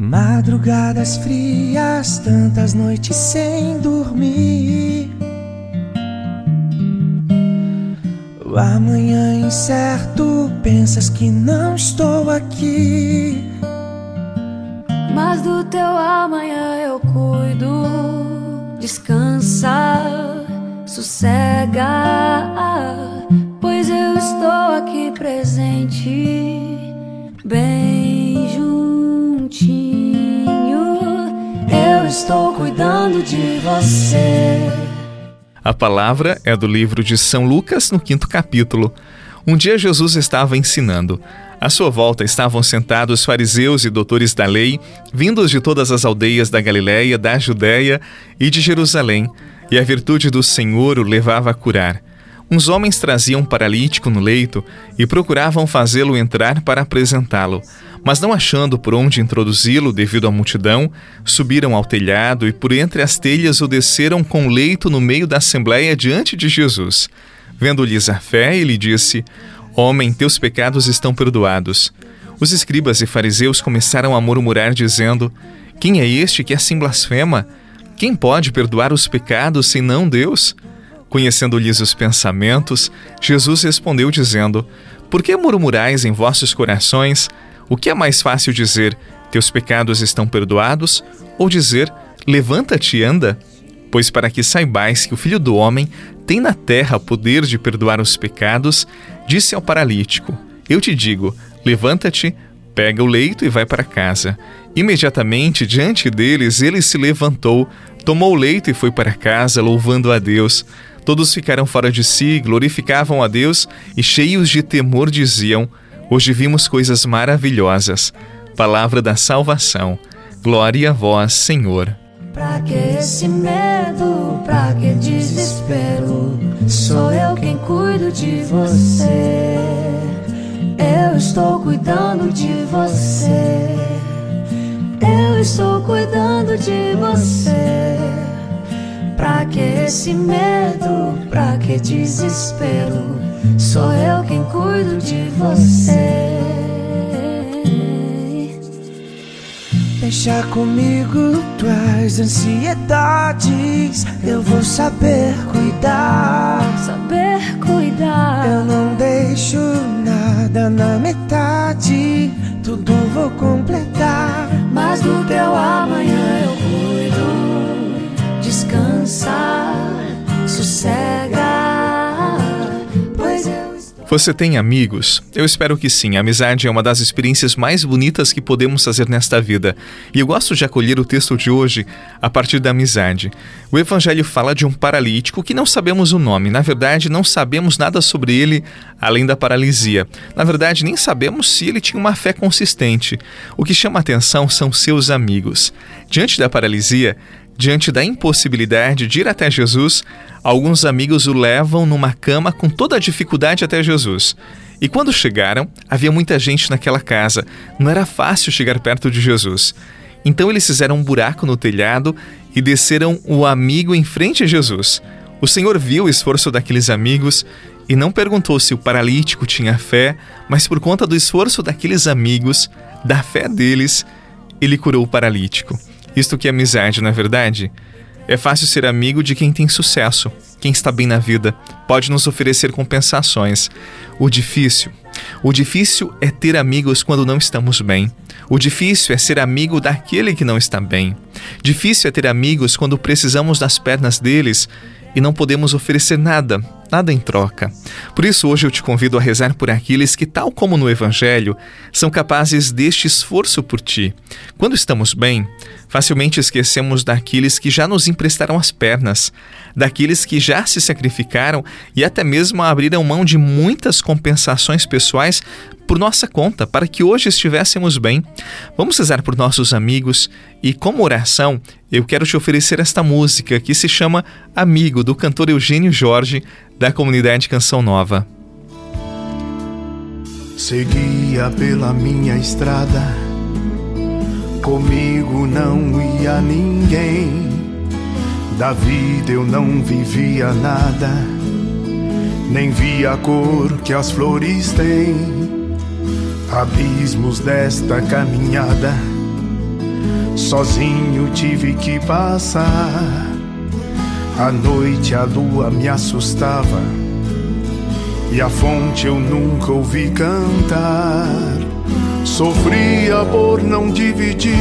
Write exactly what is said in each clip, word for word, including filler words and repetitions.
Madrugadas frias, tantas noites sem dormir. O amanhã incerto, pensas que não estou aqui. Mas do teu amanhã eu cuido. Descansa, sossega, pois eu estou aqui presente, bem juntinho. Eu estou cuidando de você. A palavra é do livro de São Lucas, no quinto capítulo. Um dia Jesus estava ensinando. À sua volta estavam sentados fariseus e doutores da lei, vindos de todas as aldeias da Galiléia, da Judéia e de Jerusalém, e a virtude do Senhor o levava a curar. Uns homens traziam um paralítico no leito e procuravam fazê-lo entrar para apresentá-lo. Mas não achando por onde introduzi-lo devido à multidão, subiram ao telhado e por entre as telhas o desceram com o leito no meio da assembleia diante de Jesus. Vendo-lhes a fé, ele disse: Homem, teus pecados estão perdoados. Os escribas e fariseus começaram a murmurar, dizendo: Quem é este que assim blasfema? Quem pode perdoar os pecados, senão Deus? Conhecendo-lhes os pensamentos, Jesus respondeu, dizendo: Por que murmurais em vossos corações? O que é mais fácil dizer: Teus pecados estão perdoados? Ou dizer: Levanta-te e anda? Pois para que saibais que o Filho do Homem tem na terra poder de perdoar os pecados, disse ao paralítico: Eu te digo, levanta-te, pega o leito e vai para casa. Imediatamente, diante deles, ele se levantou, tomou o leito e foi para casa, louvando a Deus. Todos ficaram fora de si, glorificavam a Deus e, cheios de temor, diziam: Hoje vimos coisas maravilhosas. Palavra da salvação. Glória a vós, Senhor. Pra que esse medo, pra que desespero? Sou eu quem cuido de você. Eu estou cuidando de você. Eu estou cuidando de você. Pra que esse medo, pra que desespero? Sou eu quem cuido de você. Deixa comigo tuas ansiedades, eu vou saber cuidar. Saber cuidar. Eu não deixo nada na metade, tudo vou completar. Mas do teu amanhã eu cuido. Descansa, sossega, pois eu... Você tem amigos? Eu espero que sim. A amizade é uma das experiências mais bonitas que podemos fazer nesta vida. E eu gosto de acolher o texto de hoje a partir da amizade. O Evangelho fala de um paralítico que não sabemos o nome. Na verdade, não sabemos nada sobre ele além da paralisia. Na verdade, nem sabemos se ele tinha uma fé consistente. O que chama a atenção são seus amigos. Diante da paralisia, diante da impossibilidade de ir até Jesus, alguns amigos o levam numa cama com toda a dificuldade até Jesus. E quando chegaram, havia muita gente naquela casa. Não era fácil chegar perto de Jesus. Então eles fizeram um buraco no telhado e desceram o amigo em frente a Jesus. O Senhor viu o esforço daqueles amigos e não perguntou se o paralítico tinha fé, mas por conta do esforço daqueles amigos, da fé deles, ele curou o paralítico. Isto que é amizade, não é verdade? É fácil ser amigo de quem tem sucesso, quem está bem na vida, pode nos oferecer compensações. O difícil, o difícil é ter amigos quando não estamos bem. O difícil é ser amigo daquele que não está bem. Difícil é ter amigos quando precisamos das pernas deles e não podemos oferecer nada, nada em troca. Por isso hoje eu te convido a rezar por aqueles que, tal como no Evangelho, são capazes deste esforço por ti. Quando estamos bem, facilmente esquecemos daqueles que já nos emprestaram as pernas, daqueles que já se sacrificaram e até mesmo abriram mão de muitas compensações pessoais por nossa conta, para que hoje estivéssemos bem. Vamos rezar por nossos amigos e, como oração, eu quero te oferecer esta música que se chama Amigo, do cantor Eugênio Jorge, da comunidade Canção Nova. Seguia pela minha estrada, comigo não ia ninguém. Da vida eu não vivia nada, nem via a cor que as flores têm. Abismos desta caminhada sozinho tive que passar. À noite a lua me assustava e a fonte eu nunca ouvi cantar. Sofria por não dividir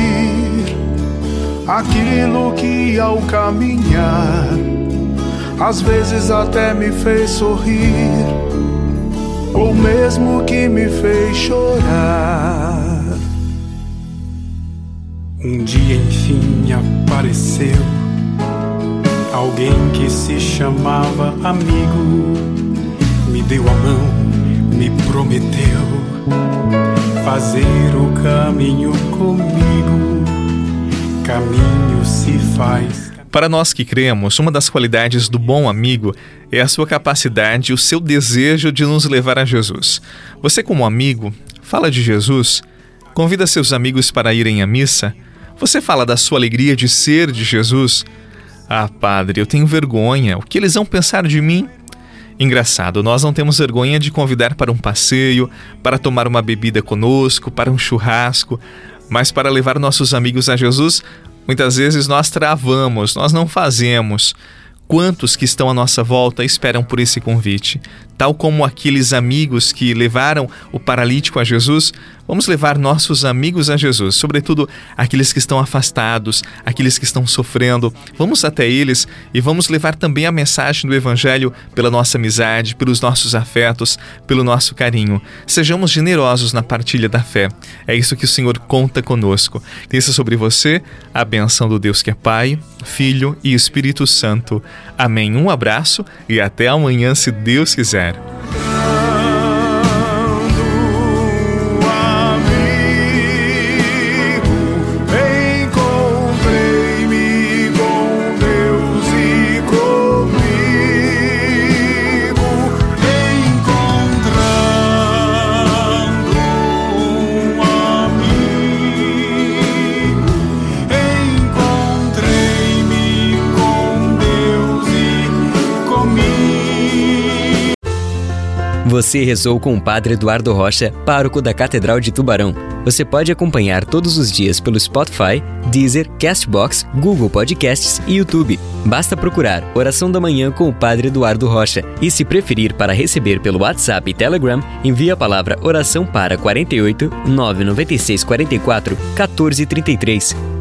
aquilo que ao caminhar às vezes até me fez sorrir, ou mesmo que me fez chorar. Um dia enfim apareceu alguém que se chamava amigo, me deu a mão, me prometeu fazer o caminho comigo. Caminho se faz. Para nós que cremos, uma das qualidades do bom amigo é a sua capacidade e o seu desejo de nos levar a Jesus. Você, como amigo, fala de Jesus? Convida seus amigos para irem à missa? Você fala da sua alegria de ser de Jesus? Ah, padre, eu tenho vergonha. O que eles vão pensar de mim? Engraçado, nós não temos vergonha de convidar para um passeio, para tomar uma bebida conosco, para um churrasco, mas para levar nossos amigos a Jesus, muitas vezes nós travamos, nós não fazemos. Quantos que estão à nossa volta esperam por esse convite? Tal como aqueles amigos que levaram o paralítico a Jesus, vamos levar nossos amigos a Jesus, sobretudo aqueles que estão afastados, aqueles que estão sofrendo. Vamos até eles e vamos levar também a mensagem do Evangelho pela nossa amizade, pelos nossos afetos, pelo nosso carinho. Sejamos generosos na partilha da fé. É isso que o Senhor conta conosco. Desça sobre você a bênção do Deus que é Pai, Filho e Espírito Santo. Amém. Um abraço e até amanhã, se Deus quiser. Você rezou com o Padre Eduardo Rocha, pároco da Catedral de Tubarão. Você pode acompanhar todos os dias pelo Spotify, Deezer, Castbox, Google Podcasts e YouTube. Basta procurar Oração da Manhã com o Padre Eduardo Rocha. E se preferir para receber pelo WhatsApp e Telegram, envie a palavra oração para quarenta e oito, nove nove seis, quarenta e quatro, quatorze, trinta e três.